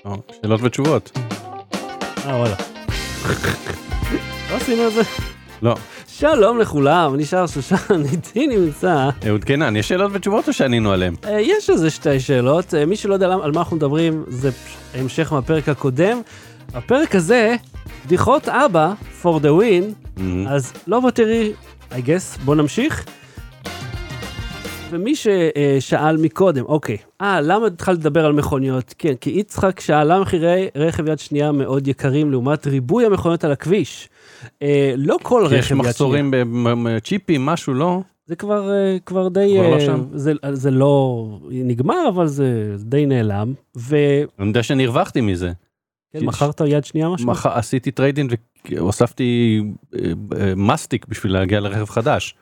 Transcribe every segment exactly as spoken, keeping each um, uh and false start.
שאלות ותשובות. אה, וואלה. לא עשינו את זה? לא. שלום לכולם, נשאר שושן, איתי נמצא. אהוד קנן, יש שאלות ותשובות או שענינו עליהם? יש איזה שתי שאלות, מי שלא יודע על מה אנחנו מדברים, זה המשך מהפרק הקודם. הפרק הזה, בדיחות אבא, for the win, אז לא בטרי, I guess, בוא נמשיך. ומי ששאל מקודם, אוקיי, אה, למה התחלת לדבר על מכוניות? כן, כי יצחק שאל, למה מחירי רכב יד שנייה מאוד יקרים לעומת ריבוי המכוניות על הכביש? אה, לא כל רכב יד שנייה. יש מחסורים בצ'יפים, משהו, לא? זה כבר, כבר די, כבר לא שם. זה, זה לא נגמר, אבל זה די נעלם. ו... אני יודע שאני הרווחתי מזה. כן, מכרת יד שנייה משהו? מח... עשיתי טריידינג והוספתי מסטיק בשביל להגיע לרכב חדש.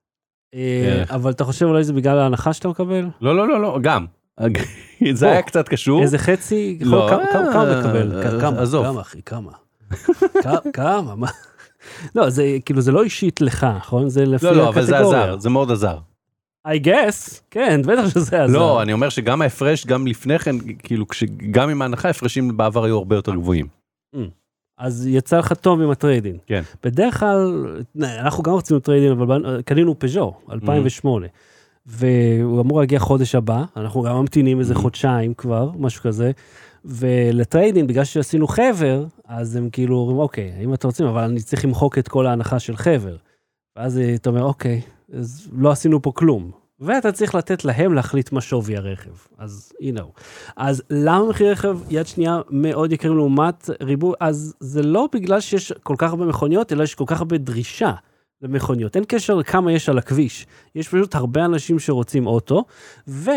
אבל אתה חושב אולי זה בגלל ההנחה שאתה מקבל? לא, לא, לא, לא, גם. זה היה קצת קשור. איזה חצי? לא. כמה מקבל? עזוב. כמה, אחי, כמה? כמה? מה? לא, זה כאילו, זה לא אישית לך, נכון? זה לפי הקטגוריה. לא, לא, אבל זה עזר, זה מאוד עזר. I guess, כן, בטח שזה עזר. לא, אני אומר שגם ההפרש, גם לפני כן, כאילו, גם עם ההנחה, ההפרשים בעבר היו הרבה יותר גבוהים. אז יצא לך טוב עם הטריידינג. כן. בדרך כלל, אנחנו גם רצינו טריידינג, אבל קנינו פז'ו, אלפיים ושמונה, והוא אמור להגיע חודש הבא, אנחנו גם ממתינים איזה חודשיים כבר, משהו כזה, ולטריידינג, בגלל שעשינו חבר, אז הם כאילו אומרים, אוקיי, אם אתם רוצים, אבל אני צריך למחוק את כל ההנחה של חבר. ואז אתה אומר, אוקיי, אז לא עשינו פה כלום. ואתה צריך לתת להם להחליט מה שווי הרכב. אז הנה הוא. אז למה מחיר רכב יד שנייה מאוד יקרים לעומת ריבוי? אז זה לא בגלל שיש כל כך הרבה מכוניות, אלא יש כל כך הרבה דרישה למכוניות. אין קשר לכמה יש על הכביש. יש פשוט הרבה אנשים שרוצים אוטו, ואתה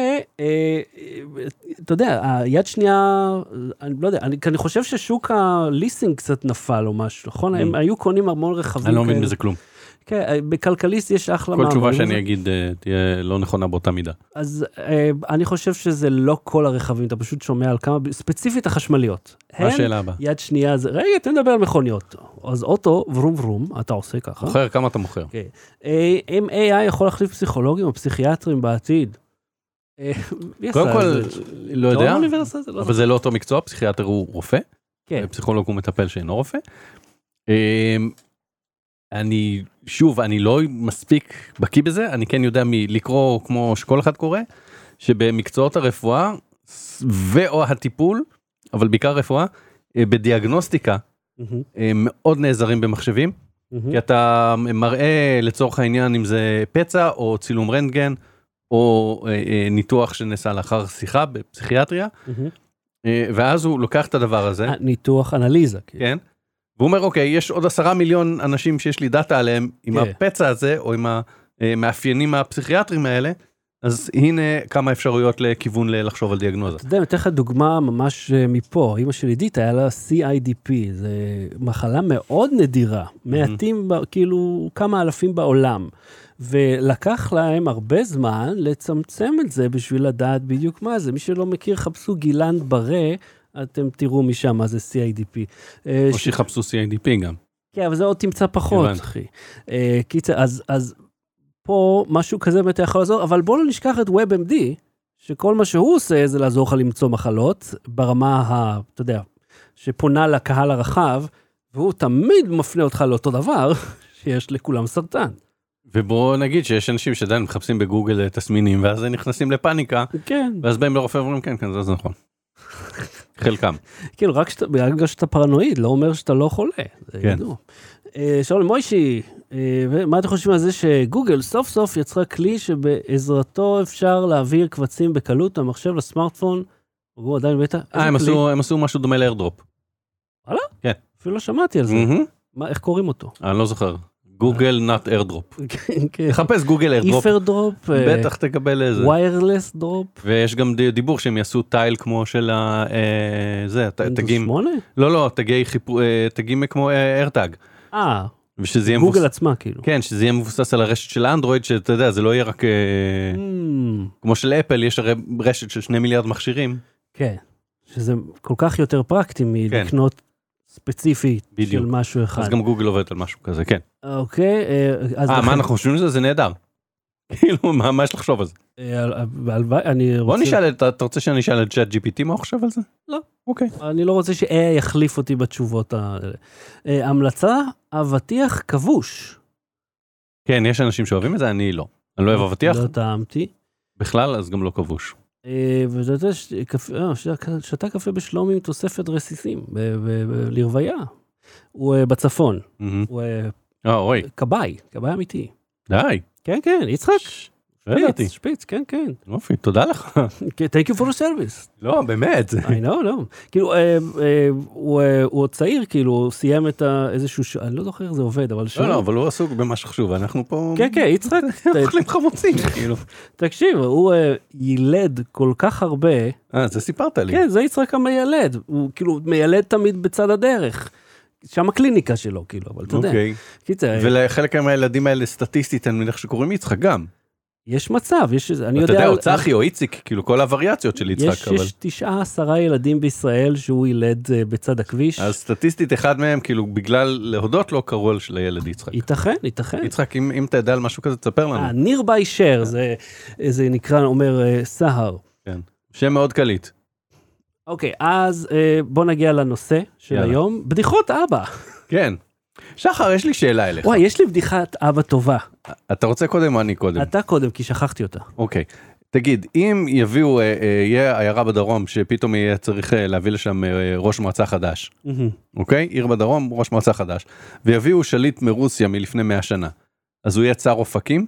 יודע, היד שנייה, אני לא יודע, אני, אני חושב ששוק הליסינג קצת נפל או משהו, נכון? הם היו קונים המון רכבים. אני לא מבין בזה כלום. כן, בכלכליסט יש אחלה כל תשובה שאני אגיד תהיה לא נכונה באותה מידה. אז אני חושב שזה לא כל הרכבים, אתה פשוט שומע על כמה, ספציפית החשמליות. מה השאלה הבאה? יד שנייה, רגע, אתה מדבר על מכוניות. אז אוטו, ורום ורום, אתה עושה ככה. מוכר, כמה אתה מוכר? אם איי איי יכול להחליף פסיכולוגים או פסיכיאטרים בעתיד? קודם כל, לא יודע, אבל זה לא אותו מקצוע, פסיכיאטר הוא רופא, פסיכולוג הוא מטפל שאינו רופא. אני, שוב, אני לא מספיק בקיא בזה, אני כן יודע לקרוא כמו שכל אחד קורא, שבמקצועות הרפואה, ואו הטיפול, אבל בעיקר רפואה, בדיאגנוסטיקה, מאוד נעזרים במחשבים, כי אתה מראה לצורך העניין אם זה פצע, או צילום רנטגן, או ניתוח שנעשה לאחר שיחה בפסיכיאטריה, ואז הוא לוקח את הדבר הזה. ניתוח אנליזה. כן. והוא אומר, אוקיי, יש עוד עשרה מיליון אנשים שיש לי דאטה עליהם, עם הפצע הזה, או עם המאפיינים הפסיכיאטרים האלה, אז הנה כמה אפשרויות לכיוון לחשוב על דיאגנוזה. אתה יודע, אני אתן לך דוגמה ממש מפה, אמא של עידית, היה לה סי איי די פי, זה מחלה מאוד נדירה, מעטים, כאילו כמה אלפים בעולם, ולקח להם הרבה זמן לצמצם את זה, בשביל לדעת בדיוק מה זה. מי שלא מכיר, חפשו גילן ברא, אתם תראו משם מה זה סי איי די פי. או שחפשו סי איי די פי גם. כן, אבל זה עוד תמצא פחות, אחי. קיצר, אז פה משהו כזה באמת יכול לעזור, אבל בואו לא נשכח את WebMD, שכל מה שהוא עושה זה לעזור לך למצוא מחלות, ברמה, ה, אתה יודע, שפונה לקהל הרחב, והוא תמיד מפנה אותך לאותו דבר, שיש לכולם סרטן. ובואו נגיד שיש אנשים שעדיין מחפשים בגוגל תסמינים, ואז הם נכנסים לפאניקה, כן. ואז באים לרופא ואומרים, כן, כן, זה נכון. חלקם. כאילו, רק בגלל שאתה פרנואיד, לא אומר שאתה לא חולה. כן. שלום, מוישי, מה אתם חושבים על זה שגוגל סוף סוף יצרה כלי שבעזרתו אפשר להעביר קבצים בקלות המחשב לסמארטפון, הוא עדיין בטח? אה, הם עשו משהו דומה לאיירדרופ. וואלה? כן. אפילו לא שמעתי על זה. איך קוראים אותו? אני לא זוכר. גוגל נאט איירדרופ. תחפש גוגל איירדרופ. איפרדרופ. בטח תקבל איזה. ויירלס דרופ. ויש גם דיבור שהם יעשו טייל כמו של ה... זה, תגים. שמונה? לא, לא, תגים כמו איירטאג. אה, גוגל עצמה כאילו. כן, שזה יהיה מבוסס על הרשת של האנדרואיד, שאתה יודע, זה לא יהיה רק... כמו של אפל, יש הרי רשת של שני מיליארד מכשירים. כן, שזה כל כך יותר פרקטי מלקנות ספציפית של משהו אחד. אז גם גוגל עובדת על משהו כזה, כן. אוקיי. אה, מה אנחנו חושבים לזה? זה נהדר. כאילו, מה יש לחשוב על זה? בוא נשאל, אתה רוצה שאני אשאל את צ'אט ג'י פי טי מה הוא חושב על זה? לא. אוקיי. אני לא רוצה ש-A I יחליף אותי בתשובות האלה. אה, המלצה, אבטיח כבוש. כן, יש אנשים שאוהבים את זה, אני לא. אני לא אוהב אבטיח. לא טעמתי. בכלל, אז גם לא כבוש. אה, ואתה יודע, ש- קפה- אה, ש- שתה קפה בשלומי עם תוספת רסיסים, ב- ב- ב- לרוויה. הוא אה, בצפון. מהמם. הוא אה, אה, אוי, כבאי, כבאי אמיתי. די. כן, כן, יצחק. לא ידעתי. שפיץ, שפיץ, כן, כן. יופי, תודה לך. כן, thank you for the service. לא, באמת. I know, no. כאילו, אה, אה, הוא אה, הוא עוד צעיר, כאילו, הוא סיים את ה- איזשהו, ש- אני לא זוכר איך זה עובד, אבל לא, שוב. לא, אבל הוא עסוק במה שחשוב, אנחנו פה... כן, כן, יצחק, ת- אוכלים חמוצים, כאילו. תקשיב, הוא אה, ילד כל כך הרבה, אה, זה סיפרת לי. כן, זה יצחק המיילד, הוא כאילו מיילד תמיד בצד הדרך. שם הקליניקה שלו, כאילו, אבל אתה יודע. אוקיי. קיצר, ולחלק מהילדים האלה סטטיסטית, אני מניח שקוראים יצחק גם. יש מצב, יש, אני אתה יודע, יודע, או צחי או איציק, כאילו כל הווריאציות של יש, יצחק, אבל... יש תשעה עשרה ילדים בישראל שהוא ילד אה, בצד הכביש. אז סטטיסטית אחד מהם, כאילו בגלל להודות לו, קראו על של הילד יצחק. ייתכן, ייתכן. יצחק, אם אם אתה יודע על משהו כזה, תספר אה, לנו. ניר ביישר, זה, זה נקרא, אומר, אה, סהר. כן. שם מאוד קליט. אוקיי, אז אה, בוא נגיע לנושא של יאללה. היום. בדיחות אבא. כן. שחר, יש לי שאלה אליך. וואי, יש לי בדיחת אבא טובה. אתה רוצה קודם או אני קודם? אתה קודם, כי שכחתי אותה. אוקיי. תגיד, אם יביאו, אה, אה, יהיה עיירה בדרום, שפתאום יהיה צריך אה, להביא לשם אה, ראש מועצה חדש, מהמם. אוקיי? עיר בדרום, ראש מועצה חדש, ויביאו שליט מרוסיה מלפני מאה שנה, אז הוא יהיה צר אופקים?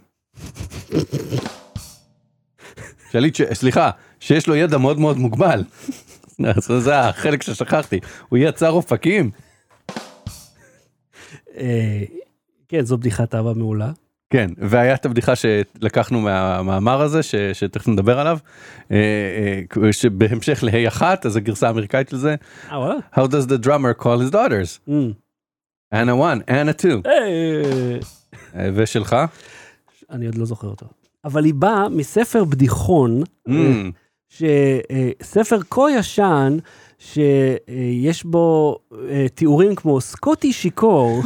שליט, ש... סליחה, שיש לו ידע מאוד מאוד מוגבל. אז זה החלק ששכחתי. הוא יהיה צר אופקים? אה, כן, זו בדיחת אבא מעולה. כן, והיה את הבדיחה שלקחנו מהמאמר הזה, ש... שתכף נדבר עליו, אה, אה, שבהמשך להי אחת, אז הגרסה האמריקאית של זה, אה, וואלה? How does the drummer call his daughters? אמ. Anna one, Anna two. אה, אה, ושלך? אני עוד לא זוכר אותו. אבל היא באה מספר בדיחון, Mm, שספר כה ישן, שיש בו אה, תיאורים כמו סקוטי שיקור.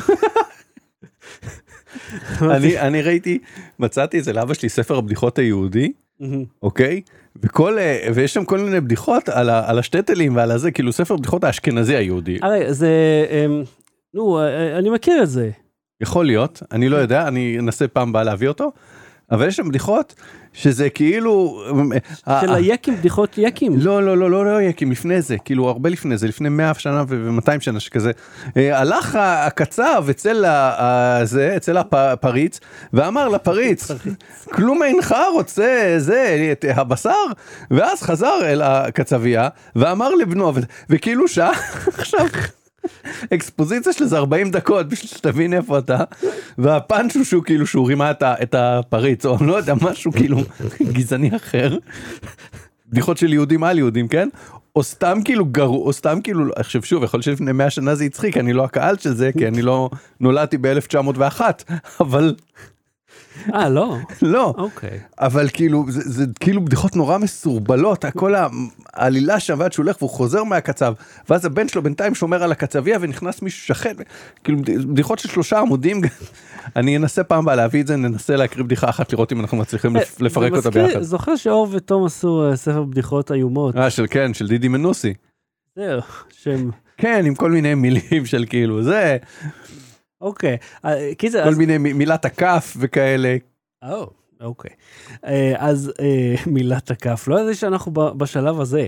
אני אני ראיתי, מצאתי את זה לאבא שלי, ספר הבדיחות היהודי, אוקיי? וכל, אה, ויש שם כל מיני בדיחות על ה- על השטטלים ועל הזה, כאילו ספר בדיחות האשכנזי היהודי. הרי זה, אמ, נו, אה, אני מכיר את זה. יכול להיות, אני לא יודע, אני אנסה פעם באה להביא אותו, אבל יש שם בדיחות שזה כאילו... אה, של אה, היקים, בדיחות יקים. לא, לא, לא, לא, לא יקים, לפני זה, כאילו הרבה לפני זה, לפני מאה שנה ו-מאתיים שנה שכזה, אה, הלך הקצב אצל ה- זה, אצל הפריץ, ואמר לפריץ, כלום אינך רוצה זה, את הבשר, ואז חזר אל הקצבייה, ואמר לבנו, ו- וכאילו שעה, עכשיו, אקספוזיציה של איזה ארבעים דקות, בשביל שתבין איפה אתה, והפאנץ' הוא שהוא כאילו שהוא רימה את ה- את הפריץ, או לא יודע, משהו כאילו גזעני אחר, בדיחות של יהודים על יהודים, כן? או סתם כאילו גרו, או סתם כאילו, עכשיו שוב, יכול להיות שלפני מאה שנה זה יצחיק, אני לא הקהל של זה, כי אני לא נולדתי ב-אלף תשע מאות ואחת, אבל אה, לא? לא. אוקיי. אבל כאילו, זה, זה כאילו בדיחות נורא מסורבלות, כל העלילה שם ועד שהוא הולך והוא חוזר מהקצב, ואז הבן שלו בינתיים שומר על הקצביה ונכנס מישהו שכן, כאילו בדיחות של שלושה עמודים, אני אנסה פעם הבאה להביא את זה, ננסה להקריא בדיחה אחת, לראות אם אנחנו מצליחים לפ- לפרק אותה ביחד. זוכר שאור ותום עשו אה, ספר בדיחות איומות. אה, של כן, של דידי מנוסי. זהו, שהם... כן, עם כל מיני מילים של כאילו, זה, אוקיי. אה, קיצר, כל אז... מיני מ- מילת הכף וכאלה. או, אוקיי. אה, אז אה, מילת הכף, לא ידעתי שאנחנו ב- בשלב הזה.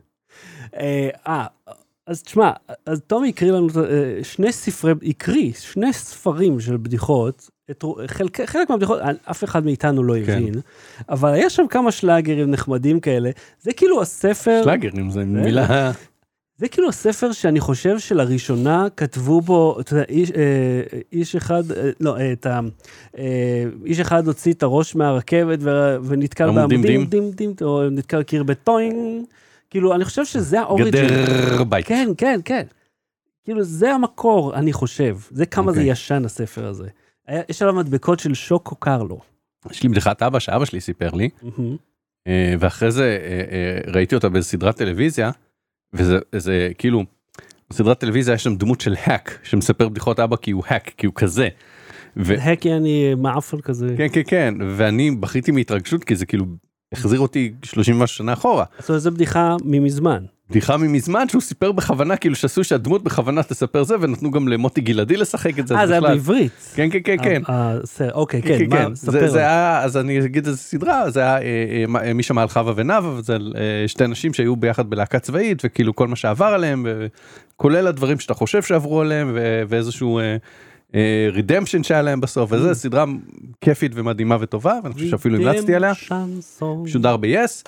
אה, אה, אז תשמע, אז תומי הקריא לנו אה, שני ספרי, הקריא שני ספרים של בדיחות, את, רו- חלק, חלק מהבדיחות, אף אחד מאיתנו לא הבין, אבל היה שם כמה שלאגרים נחמדים כאלה, זה כאילו הספר... שלאגרים, זה מילה... זה כאילו הספר שאני חושב שלראשונה כתבו בו, אתה יודע, איש, אה, איש אחד, אה, לא, אה, את ה... אה, איש אחד הוציא את הראש מהרכבת ו, ונתקל עמודים בעמודים, דים. דים, דים, או נתקל קיר בטוינג, כאילו, אני חושב שזה האוריג'ין. גדר בית. כן, כן, כן. כאילו, זה המקור, אני חושב. זה כמה זה אוקיי. ישן, הספר הזה. היה, יש עליו מדבקות של שוקו קרלו. יש לי בדיחת אבא שאבא שלי סיפר לי, מהמם. אה, ואחרי זה אה, אה, ראיתי אותה בסדרת טלוויזיה, וזה זה, כאילו, בסדרת טלוויזיה יש שם דמות של האק, שמספר בדיחות אבא כי הוא האק, כי הוא כזה. ו- הקי אני מעפל כזה. כן, כן, כן, ואני בכיתי מהתרגשות, כי זה כאילו החזיר אותי שלושים ומשהו שנה אחורה. זאת אומרת, זו בדיחה ממזמן. בדיחה ממזמן שהוא סיפר בכוונה, כאילו שעשו שהדמות בכוונה תספר זה, ונתנו גם למוטי גלעדי לשחק את זה. אה, זה היה בעברית. כן, כן, כן, כן. אוקיי, כן, מה, ספר. זה היה, אז אני אגיד איזה סדרה, זה היה מי שמע על חווה ונאווה, וזה שתי נשים שהיו ביחד בלהקה צבאית, וכאילו כל מה שעבר עליהם, כולל הדברים שאתה חושב שעברו עליהם, ואיזשהו רידמפשן שהיה להם בסוף, וזה סדרה כיפית ומדהימה וטובה, ואני חושב שאפילו המלצתי עליה. שודר ב-Yes.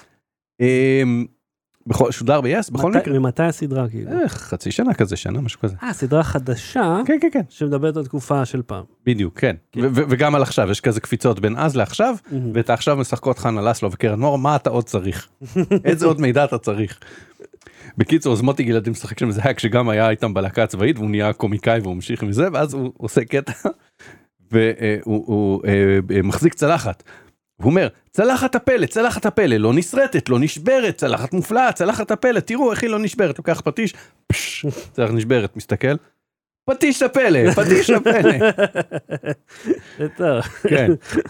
שודר ב-Yes, בכל מקרה. ממתי הסדרה כאילו? חצי שנה כזה, שנה, משהו כזה. אה, סדרה חדשה. כן, כן, כן. שמדברת על תקופה של פעם. בדיוק, כן. וגם על עכשיו, יש כזה קפיצות בין אז לעכשיו, ואתה עכשיו משחקות חנה לסלו וקרן מור, מה אתה עוד צריך? איזה עוד מידע אתה צריך? בקיצור, אז מוטי גלעדי משחק שם, זה היה כשגם היה איתם בלהקה הצבאית, והוא נהיה קומיקאי והוא ממשיך מזה, ואז הוא עושה קטע, והוא מחזיק צלחת. הוא אומר, צלחת הפלא, צלחת הפלא, לא נשרטת, לא נשברת, צלחת מופלאה, צלחת הפלא, תראו איך היא לא נשברת, לוקח פטיש, פש, צלחת נשברת, מסתכל, פטיש הפלא, פטיש הפלא. זה טוב. כן.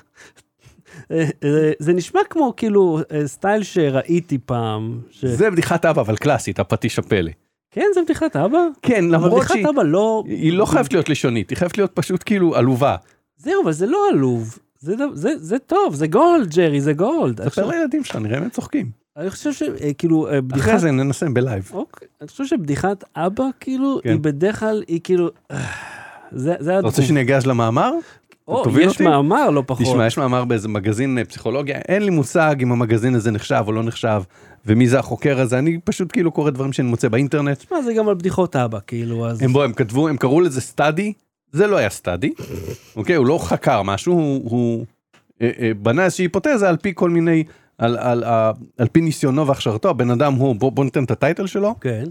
זה נשמע כמו כאילו סטייל שראיתי פעם. זה בדיחת אבא, אבל קלאסית, הפטיש הפלא. כן, זה בדיחת אבא? כן, למרות שהיא... בדיחת אבא לא... היא לא חייבת להיות לשונית, היא חייבת להיות פשוט כאילו עלובה. זהו, אבל זה לא עלוב. זה, זה, זה טוב, זה גולד, ג'רי, זה גולד. תספר לילדים שלנו, נראה אם הם צוחקים. אני חושב שכאילו, בדיחת... אחרי זה ננסה בלייב. אוקיי, אני חושב שבדיחת אבא, כאילו, היא בדרך כלל, היא כאילו... זה, זה אתה רוצה שאני אגש למאמר? או, יש מאמר, לא פחות. תשמע, יש מאמר באיזה מגזין פסיכולוגיה, אין לי מושג אם המגזין הזה נחשב או לא נחשב, ומי זה החוקר הזה, אני פשוט כאילו קורא דברים שאני מוצא באינטרנט. תשמע, זה גם על בדיחות אבא, כאילו, אז... הם בוא, הם כתבו, הם קראו לזה סטאדי, זה לא היה סטאדי, אוקיי? הוא לא חקר משהו, הוא, הוא אה, אה, בנה איזושהי היפותזה על פי כל מיני, על, על, על, על פי ניסיונו והכשרתו, הבן אדם הוא, בוא, בוא ניתן את הטייטל שלו. כן.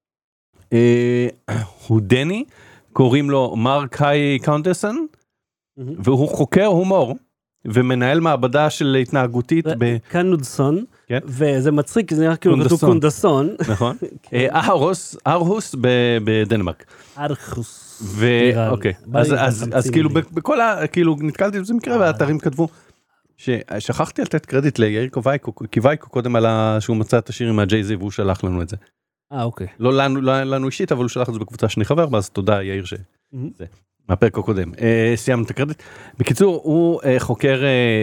אה, הוא דני, קוראים לו מרק היי קאונטסון, והוא חוקר הומור, ומנהל מעבדה של התנהגותית ב... קנודסון, כן? וזה מצחיק, כי זה נראה כאילו כתוב קונדסון. נכון. ארוס, ארהוס בדנמרק. ארהוס. ואוקיי, אז כאילו בכל ה... כאילו נתקלתי בזה מקרה, והאתרים כתבו, ששכחתי לתת קרדיט ליאיר קיווייקו, קודם על שהוא מצא את השיר עם הג'ייזי, והוא שלח לנו את זה. אה, אוקיי. לא לנו אישית, אבל הוא שלח את זה בקבוצה שאני חבר, ואז תודה יאיר ש... מהפרק הקודם. סיימנו את הקרדיט. בקיצור, הוא חוקר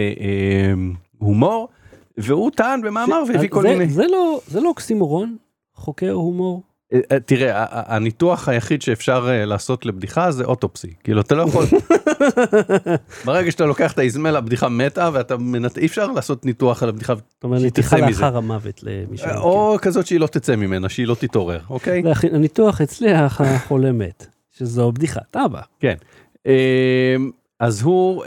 הומור, והוא טען במאמר והביא כל מיני... זה לא אוקסימורון, חוקר הומור? תראה, הניתוח היחיד שאפשר לעשות לבדיחה זה אוטופסי. כאילו, אתה לא יכול... ברגע שאתה לוקח את האזמל, הבדיחה מתה, ואתה מנת... אי אפשר לעשות ניתוח על הבדיחה. זאת אומרת, ניתחה לאחר המוות למישהו. או כזאת שהיא לא תצא ממנה, שהיא לא תתעורר, אוקיי? הניתוח הצליח, החולה מת. שזו בדיחת אבא. כן. אז הוא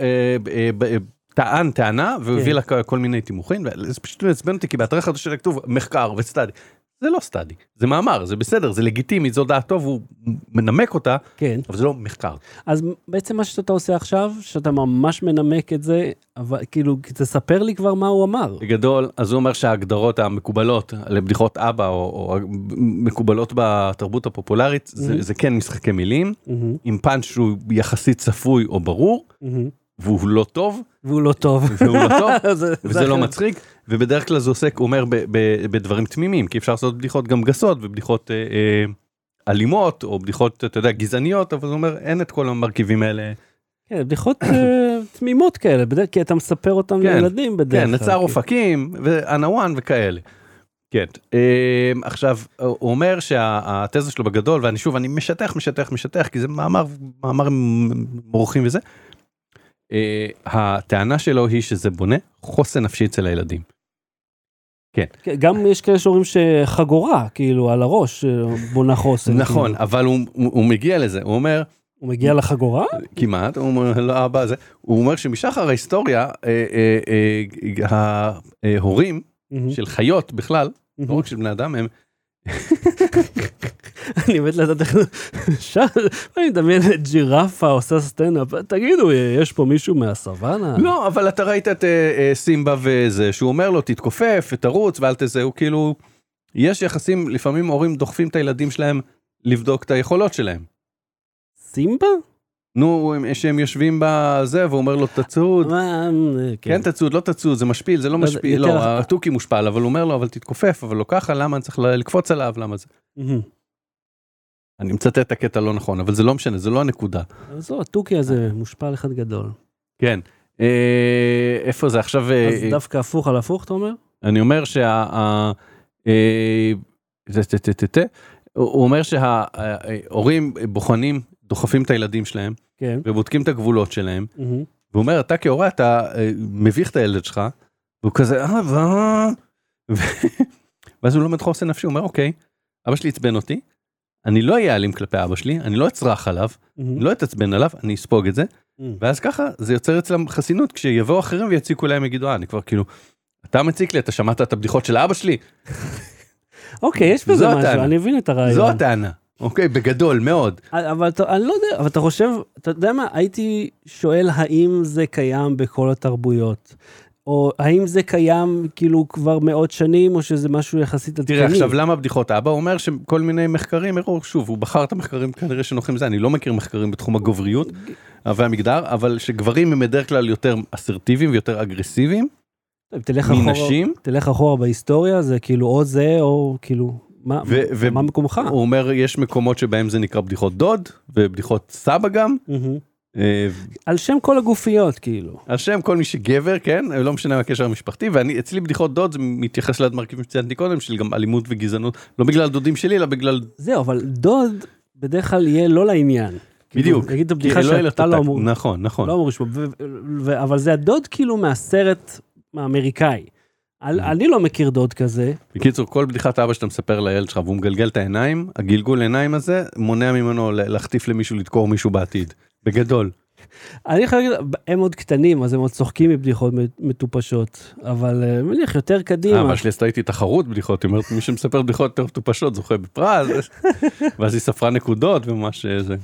טען טענה, והוא הביא לה כל מיני תימוכים, וזה פשוט מעצבן אותי, כי באתרי חדשות כתוב מחקר וסטאדי. זה לא סטאדי, זה מאמר, זה בסדר, זה לגיטימי, זו דעת טוב, הוא מנמק אותה, כן. אבל זה לא מחקר. אז בעצם מה שאתה עושה עכשיו, שאתה ממש מנמק את זה, אבל כאילו, תספר לי כבר מה הוא אמר. בגדול, אז הוא אומר שההגדרות המקובלות לבדיחות אבא, או, או מקובלות בתרבות הפופולרית, mm-hmm. זה, זה כן משחקי מילים, mm-hmm. עם פאנץ' שהוא יחסית צפוי או ברור, mm-hmm. והוא לא טוב. והוא לא טוב. והוא לא טוב, זה, וזה זה לא מצחיק, ובדרך כלל זה עוסק, הוא אומר, ב, ב, בדברים תמימים, כי אפשר לעשות בדיחות גם גסות, ובדיחות אה, אה, אלימות, או בדיחות, אתה יודע, גזעניות, אבל הוא אומר, אין את כל המרכיבים האלה. כן, בדיחות אה, תמימות כאלה, בדרך, כי אתה מספר אותם כן, לילדים בדרך כלל. כן, נצר אופקים, ואנוואן וכאלה. כן, אה, עכשיו, הוא אומר שהתזה שלו בגדול, ואני שוב, אני משטח, משטח, משטח, כי זה מאמר, מאמר מורחים וזה, Uh, הטענה שלו היא שזה בונה חוסן נפשי אצל הילדים. כן. גם יש כאלה שאומרים שחגורה, כאילו, על הראש, בונה חוסן. נכון, כאילו. אבל הוא, הוא, הוא מגיע לזה, הוא אומר... הוא מגיע לחגורה? כמעט, הוא אומר, לא, אבא, זה, הוא אומר שמשחר ההיסטוריה, אה, אה, אה, ההורים mm-hmm. של חיות בכלל, mm-hmm. לא רק של בני אדם, הם... אני מת לדעת איך... אני מדמיין את ג'ירפה עושה סטנדאפ, תגידו, יש פה מישהו מהסוואנה? לא, אבל אתה ראית את סימבה וזה, שהוא אומר לו, תתכופף, תרוץ, ואל תזה, הוא כאילו... יש יחסים, לפעמים הורים דוחפים את הילדים שלהם לבדוק את היכולות שלהם. סימבה? נו, שהם יושבים בזה, והוא אומר לו, תצוד. כן, תצוד, לא תצוד, זה משפיל, זה לא משפיל. לא, התוכי מושפל, אבל הוא אומר לו, אבל תתכופף, אבל לא ככה, למה אני צריך לקפוץ עליו, למה זה? אני מצטט את הקטע לא נכון, אבל זה לא משנה, זה לא הנקודה. זו, התוכי הזה מושפל אחד גדול. כן. איפה זה עכשיו? אז דווקא הפוך על הפוך, אתה אומר? אני אומר שה... הוא אומר שההורים בוחנים, דוחפים את הילדים שלהם, ובודקים את הגבולות שלהם, והוא אומר, אתה כהורה, אתה מביך את הילד שלך, והוא כזה, אה, ואז הוא לא מדחור עושה נפשי, הוא אומר, אוקיי, אבא שלי יצבן אותי, אני לא אהיה אלים כלפי אבא שלי, אני לא אצרח עליו, אני לא אתעצבן עליו, אני אספוג את זה, ואז ככה זה יוצר אצלם חסינות, כשיבואו אחרים ויציקו להם, יגידו, אה, אני כבר כאילו, אתה מציק לי, אתה שמעת את הבדיחות של אבא שלי? אוקיי, יש בזה משהו, אני מבין את הרעיון. זו הטענה, אוקיי, בגדול, מאוד. אבל אני לא יודע, אבל אתה חושב, אתה יודע מה, הייתי שואל האם זה קיים בכל התרבויות, או האם זה קיים כאילו כבר מאות שנים, או שזה משהו יחסית עדכני. תראה, עכשיו למה בדיחות אבא? הוא אומר שכל מיני מחקרים, שוב, הוא בחר את המחקרים כנראה שנוחים זה, אני לא מכיר מחקרים בתחום הגבריות והמגדר, אבל שגברים הם בדרך כלל יותר אסרטיביים ויותר אגרסיביים, מנשים. תלך אחורה בהיסטוריה, זה כאילו או זה, או כאילו, מה, ו- מה מקומך? הוא אומר, יש מקומות שבהם זה נקרא בדיחות דוד, ובדיחות סבא גם. על שם כל הגופיות, כאילו. על שם כל מי שגבר, כן, לא משנה מהקשר המשפחתי, ואני, אצלי בדיחות דוד, זה מתייחס למרכיבים שציינתי קודם, של גם אלימות וגזענות, לא בגלל דודים שלי, אלא בגלל... זהו, אבל דוד בדרך כלל יהיה לא לעניין. בדיוק. נגיד את הבדיחה שאתה לא אמור... נכון, נכון. לא אמור לשמוע, אבל זה הדוד כאילו מהסרט האמריקאי. אני לא מכיר דוד כזה. בקיצור, כל בדיחת אבא שאתה מספר לילד שלך, והוא מגלגל את העיניים, הגלגול העיניים הזה, מונע ממנו להחטיף למישהו, לדקור מישהו בעתיד. בגדול. אני יכול להגיד, הם עוד קטנים, אז הם עוד צוחקים מבדיחות מטופשות, אבל מניח יותר קדימה. אבא שלי עשתה איתי תחרות בדיחות, היא אומרת, מי שמספר בדיחות יותר מטופשות, זוכה בפרס, ואז היא ספרה נקודות וממש זה.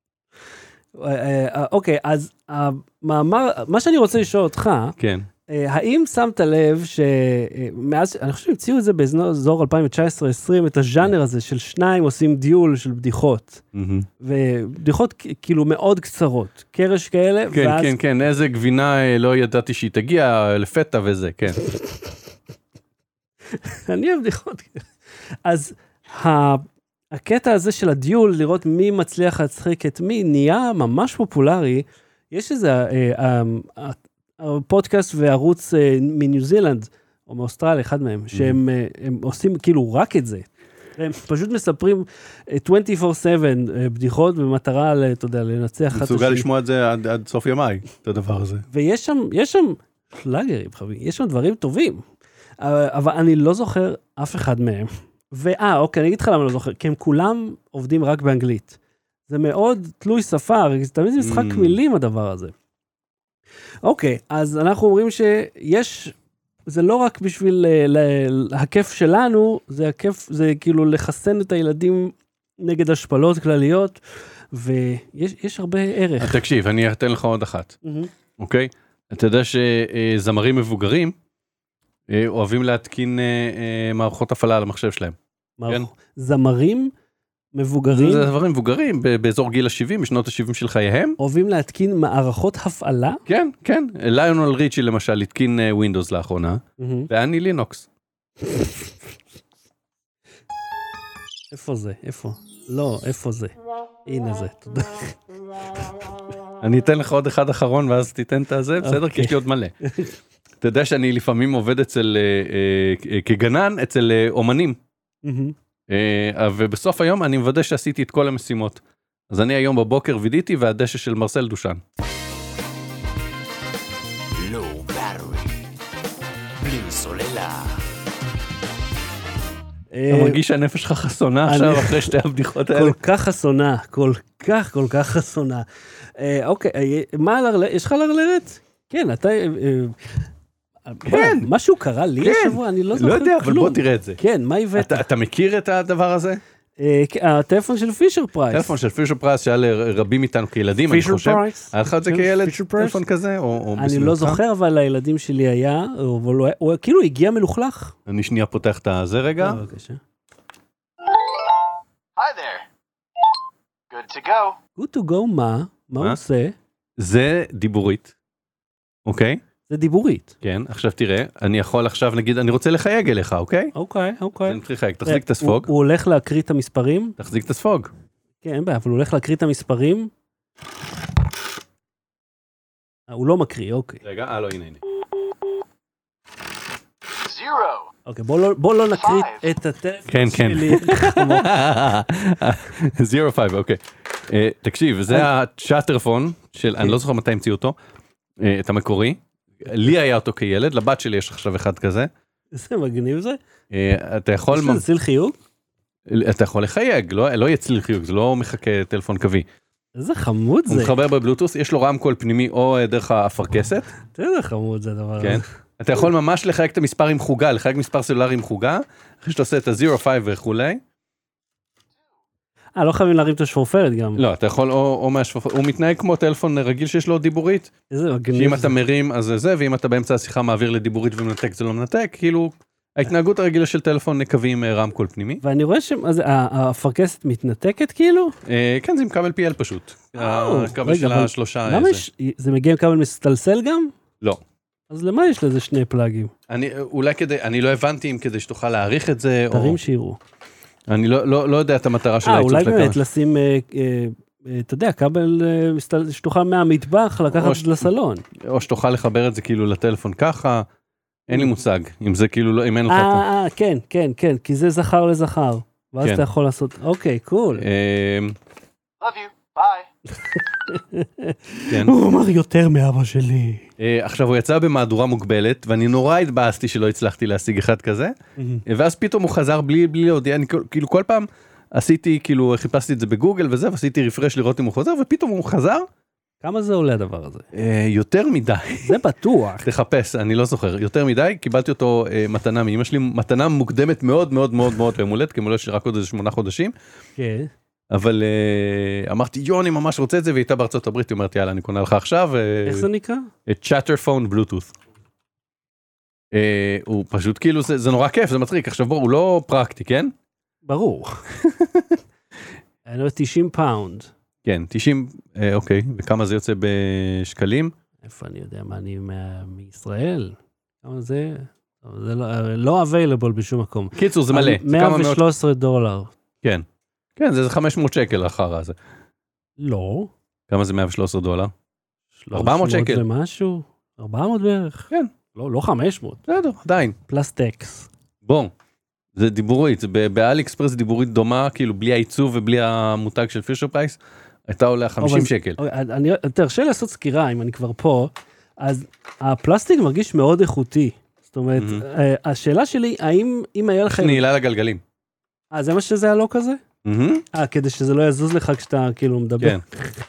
אוקיי, אז המאמר, מה שאני רוצה לשאול אותך, כן. האם שמת לב שמאז, אני חושב שהמציאו את זה באזור אלפיים תשע עשרה עשרים, את הז'אנר הזה של שניים עושים דיול של בדיחות, ובדיחות כאילו מאוד קצרות, קרש כאלה. כן, כן, כן, איזה גבינה לא ידעתי שהיא תגיע לפתע וזה, כן. אני אוהב בדיחות. אז הקטע הזה של הדיול, לראות מי מצליח להצחיק את מי, נהיה ממש פופולרי. יש איזה... הפודקאסט וערוץ מניו זילנד, או מאוסטרליה, אחד מהם, שהם עושים כאילו רק את זה. הם פשוט מספרים עשרים וארבע שבע בדיחות במטרה, אתה יודע, לנצח... מסוגל לשמוע את זה עד סוף ימיי, את הדבר הזה. ויש שם, יש שם שלאגרים, חבי, יש שם דברים טובים, אבל אני לא זוכר אף אחד מהם. ואה, אוקיי, אני אגיד לך למה אני לא זוכר, כי הם כולם עובדים רק באנגלית. זה מאוד תלוי שפה, זה תמיד משחק מילים הדבר הזה. אוקיי, אז אנחנו אומרים שיש, זה לא רק בשביל הכיף שלנו, זה הכיף, זה כאילו לחסן את הילדים נגד השפלות כלליות, ויש הרבה ערך. תקשיב, אני אתן לך עוד אחת, אוקיי? אתה יודע שזמרים מבוגרים אוהבים להתקין מערכות הפעלה על המחשב שלהם. זמרים מבוגרים? זה דברים מבוגרים, באזור גיל ה-שבעים, בשנות ה-שבעים של חייהם. אוהבים להתקין מערכות הפעלה? כן, כן. ליונל ריצ'י למשל, התקין ווינדוס לאחרונה, ואני לינוקס. איפה זה? איפה? לא, איפה זה? הנה זה, תודה. אני אתן לך עוד אחד אחרון, ואז תיתן את הזה, בסדר? כי יש לי עוד מלא. אתה יודע שאני לפעמים עובד אצל, כגנן, אצל אומנים. ובסוף היום אני מוודא שעשיתי את כל המשימות. אז אני היום בבוקר וידיתי והדשא של מרסל דושן. Low battery. בלי סוללה. אתה מרגיש שהנפש שלך חסונה עכשיו אחרי שתי הבדיחות האלה? כל כך חסונה, כל כך כל כך חסונה. אוקיי, מה לרלרת? יש לך לרלרת? כן, אתה... כן. משהו קרה לי השבוע, אני לא זוכר כלום. כלום. לא יודע, אבל בוא תראה את זה. כן, מה הבאת? אתה מכיר את הדבר הזה? הטלפון של פישר פרייס. טלפון של פישר פרייס שהיה לרבים איתנו כילדים, אני חושב. היה לך את זה כילד? טלפון כזה? אני לא זוכר, אבל לילדים שלי היה, הוא כאילו הגיע מלוכלך. אני שנייה פותח את זה רגע. בבקשה. Hi there. Good to go. Good to go מה? מה הוא עושה? זה דיבורית, אוקיי? זה דיבורית. כן, עכשיו תראה, אני יכול עכשיו נגיד, אני רוצה לחייג אליך, אוקיי? אוקיי, אוקיי. אני מתחיל לחייג, תחזיק את הספוג. הוא הולך להקריא את המספרים? תחזיק את הספוג. כן, אין בעיה, אבל הוא הולך להקריא את המספרים? הוא לא מקריא, אוקיי. רגע, אה לא, הנה, הנה. אוקיי, בוא לא נקריא את הטלפון שלי. זירו פייב, אוקיי. תקשיב, זה הצ'אטרפון של, אני לא זוכר מתי המציאו אותו, את המקורי. לי היה אותו כילד, לבת שלי יש עכשיו אחד כזה. זה מגניב זה. אתה יכול... יש לזה צליל חיוג? אתה יכול לחייג, לא יהיה צליל חיוג, זה לא מחכה טלפון קווי. איזה חמוד זה. הוא מתחבר בבלוטוס, יש לו רמקול פנימי או דרך האפרכסת. איזה חמוד זה הדבר הזה. כן. אתה יכול ממש לחייג את המספר עם חוגה, לחייג מספר סלולרי עם חוגה, אחרי שאתה עושה את ה-זירו פייב וכולי. אה, לא חייבים להרים את השפופרת גם. לא, אתה יכול או, או מהשפופרת, הוא מתנהג כמו טלפון רגיל שיש לו דיבורית. איזה מגניב. שאם אתה מרים, אז זה זה, ואם אתה באמצע השיחה מעביר לדיבורית ומנתק, זה לא מנתק, כאילו, ההתנהגות הרגילה של טלפון נקווי עם רמקול פנימי. ואני רואה שהאפרכסת מתנתקת כאילו? כן, זה עם כבל פי אל פשוט. הכבל של השלושה. למה יש, זה מגיע עם כבל מסתלסל גם? לא. אז למה יש לזה שני פלאגים? אני, אולי כדי, אני לא הבנתי אם כדי שתוכל להעריך את זה, או... תרים שיראו. אני לא, לא, לא יודע את המטרה של העיצוב של אולי הכבל. באמת לשים, אה, אה, אתה יודע, כבל אה, מסתל... שתוכל מהמטבח לקחת ש... לסלון. או שתוכל לחבר את זה כאילו לטלפון ככה, אין לי מושג, אם זה כאילו לא, אם אין לך... אה, כן, כן, כן, כי זה זכר לזכר. ואז כן. אתה יכול לעשות, אוקיי, קול. Love you, biy. כן. הוא אמר יותר מאבא שלי. עכשיו הוא יצא במהדורה מוגבלת, ואני נורא התבאסתי שלא הצלחתי להשיג אחד כזה, ואז פתאום הוא חזר בלי בלי להודיע, אני כאילו כל פעם עשיתי, כאילו חיפשתי את זה בגוגל וזה, ועשיתי רפרש לראות אם הוא חוזר, ופתאום הוא חזר. כמה זה עולה הדבר הזה? יותר מדי. זה בטוח. תחפש, אני לא זוכר, יותר מדי, קיבלתי אותו מתנה מאמא שלי, מתנה מוקדמת מאוד מאוד מאוד מאוד במולדת, כי מולדת שלי רק עוד איזה שמונה חודשים. כן. אבל uh, אמרתי, יוני ממש רוצה את זה, והייתה בארצות הברית, היא אומרת, יאללה, אני קונה לך עכשיו. איך זה נקרא? צ'אטרפון בלוטות'. Uh, הוא פשוט כאילו, זה, זה נורא כיף, זה מצחיק. עכשיו בוא, הוא לא פרקטי, כן? ברור. אני לא תשעים פאונד. כן, תשעים, uh, אוקיי, וכמה זה יוצא בשקלים? איפה אני יודע, מה אני מישראל? כמה זה? זה לא, לא available בשום מקום. קיצור, זה מלא. מאה ושלושה עשר דולר. כן. כן, זה חמש מאות שקל אחר הזה. לא. כמה זה מאה ושלושה עשר דולר? ארבע מאות שקל. זה משהו? ארבע מאות בערך? כן. לא, לא חמש מאות. בסדר, עדיין. פלוס טקס. בוא, זה דיבורית, זה באלי אקספרס דיבורית דומה, כאילו בלי העיצוב ובלי המותג של פישר פרייס, הייתה עולה חמישים שקל. אני תרשה לעשות סקירה, אם אני כבר פה, אז הפלסטיק מרגיש מאוד איכותי. זאת אומרת, השאלה שלי, האם אם היה לך... נעילה לגלגלים. אה, זה מה שזה היה לא כזה? אה, כדי שזה לא יזוז לך כשאתה כאילו מדבר. כן.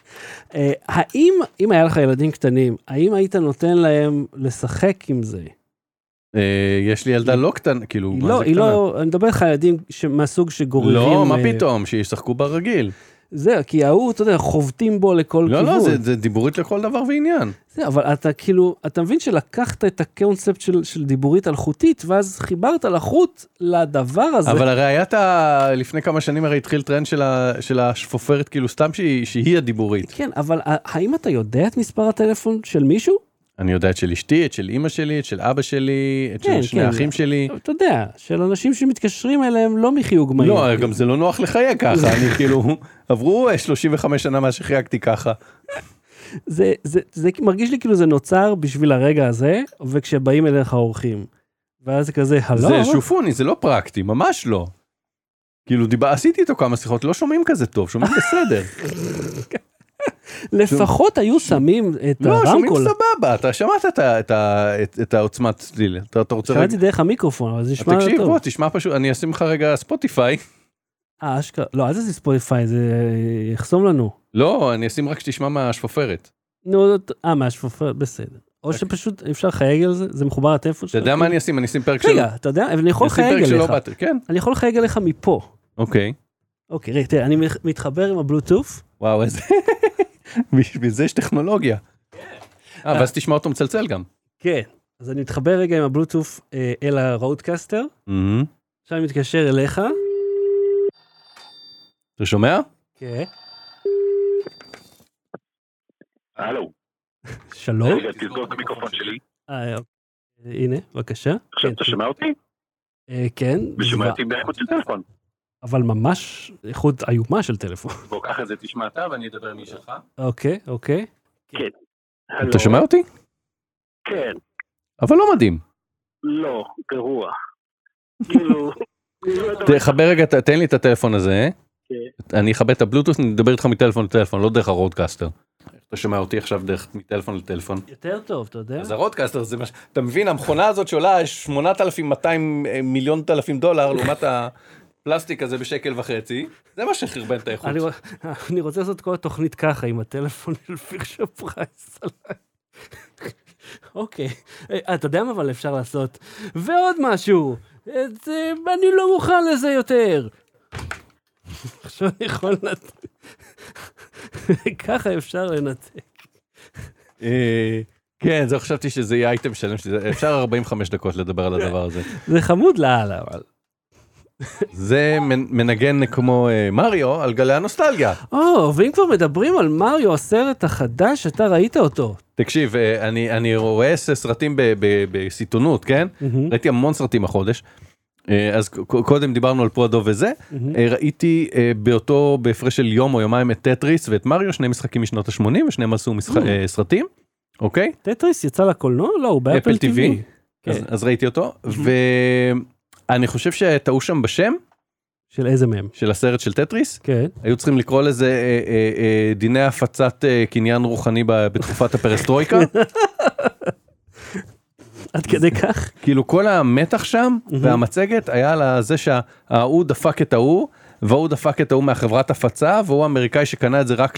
האם, אם היה לך ילדים קטנים, האם היית נותן להם לשחק עם זה? יש לי ילדה לא קטנה, כאילו, מה זה קטנה? היא לא, אני מדבר לך ילדים מהסוג שגוררים... לא, מה פתאום, שישחקו ברגיל. זה, כי ההוא, אתה יודע, חובטים בו לכל לא, כיוון. לא, זה, זה דיבורית לכל דבר ועניין. זה, אבל אתה כאילו, אתה מבין שלקחת את הקונספט של, של דיבורית אלחוטית, ואז חיברת לחוט לדבר הזה. אבל הרי היית, לפני כמה שנים הרי התחיל טרנד של, ה, של השפופרת, כאילו סתם שהיא, שהיא הדיבורית. כן, אבל האם אתה יודע את מספר הטלפון של מישהו? אני יודע את של אשתי, את של אמא שלי, את של אבא שלי, את של שני האחים שלי. אתה יודע, של אנשים שמתקשרים אליהם לא מחיוג מהיר. לא, גם זה לא נוח לחייג ככה, אני כאילו, עברו שלושים וחמש שנה מה שחייגתי ככה. זה, זה, זה מרגיש לי כאילו זה נוצר בשביל הרגע הזה, וכשבאים אליך אורחים. ואז זה כזה, הלו? זה שופוני, זה לא פרקטי, ממש לא. כאילו, דיבה, עשיתי איתו כמה שיחות, לא שומעים כזה טוב, שומעים בסדר. לפחות היו שמים את הרמקול. לא, שומעים סבבה, אתה שמעת את העוצמת צליל. שמעתי דרך המיקרופון, אבל זה נשמע טוב. תקשיב, בוא, תשמע פשוט, אני אשים לך רגע ספוטיפיי. אה, אשכרה, לא, אז זה ספוטיפיי, זה יחסום לנו. לא, אני אשים רק שתשמע מהשפופרת. נו, אה, מהשפופרת, בסדר. או שפשוט אפשר לחייג על זה, זה מחובר לטלפון שלך. אתה יודע מה אני אשים? אני אשים פרק שלו. רגע, אתה יודע, אני יכול לחייג אליך. כן. אני יכול לחייג אליך מפה. אוקיי. אוקיי, רגע, תראה, אני מתחבר עם הבלוטוף. וואו, איזה... בשביל זה יש טכנולוגיה. אה, ואז תשמע אותו מצלצל גם. כן, אז אני מתחבר רגע עם הבלוטוף אל הרודקאסטר. עכשיו אני מתקשר אליך. אתה שומע? כן. הלו. שלום. רגע, תסגור את המיקרופון שלי. אה, הנה, בבקשה. עכשיו אתה שומע אותי? אה, כן. ושומע אותי באיכות של טלפון. אבל ממש איכות איומה של טלפון. בוא, קח את זה, תשמע אתה ואני אדבר מי שלך. אוקיי, אוקיי. כן. אתה שומע אותי? כן. אבל לא מדהים. לא, גרוע. כאילו... תחבר רגע, תן לי את הטלפון הזה. כן. אני אכבד את הבלוטוס, אני אדבר איתך מטלפון לטלפון, לא דרך הרודקאסטר. אתה שומע אותי עכשיו דרך מטלפון לטלפון. יותר טוב, אתה יודע? אז הרודקאסטר זה מה ש... אתה מבין, המכונה הזאת שעולה שמונת אלפים מאתיים מיליון אלפים דולר, לעומת הפלסטיק הזה בשקל וחצי, זה מה שחרבן את האיכות. אני רוצה לעשות כל התוכנית ככה, עם הטלפון של פירשה פרייס עליי. אוקיי, אתה יודע מה אבל אפשר לעשות? ועוד משהו, אני לא מוכן לזה יותר. עכשיו אני יכול לנתק. ככה אפשר לנתק. כן, זה חשבתי שזה יהיה אייטם שלם, אפשר ארבעים וחמש דקות לדבר על הדבר הזה. זה חמוד לאללה, אבל. זה מנגן כמו מריו על גלי הנוסטלגיה. או, ואם כבר מדברים על מריו, הסרט החדש, אתה ראית אותו. תקשיב, אני, אני רואה סרטים בסיטונות, כן? ראיתי המון סרטים החודש. אז קודם דיברנו על פרודו וזה, ראיתי באותו, בהפרש של יום או יומיים את טטריס ואת מריו, שני משחקים משנות ה-שמונים, ושניהם עשו סרטים, אוקיי? טטריס יצא לקולנוע? לא, הוא באפל טי וי. אז ראיתי אותו, ואני חושב שטעו שם בשם. של איזה מהם? של הסרט של טטריס. כן. היו צריכים לקרוא לזה דיני הפצת קניין רוחני בתקופת הפרסטרויקה. עד כדי כך? כאילו כל המתח שם והמצגת היה לזה שההוא דפק את ההוא, והוא דפק את ההוא מהחברת הפצה, והוא האמריקאי שקנה את זה רק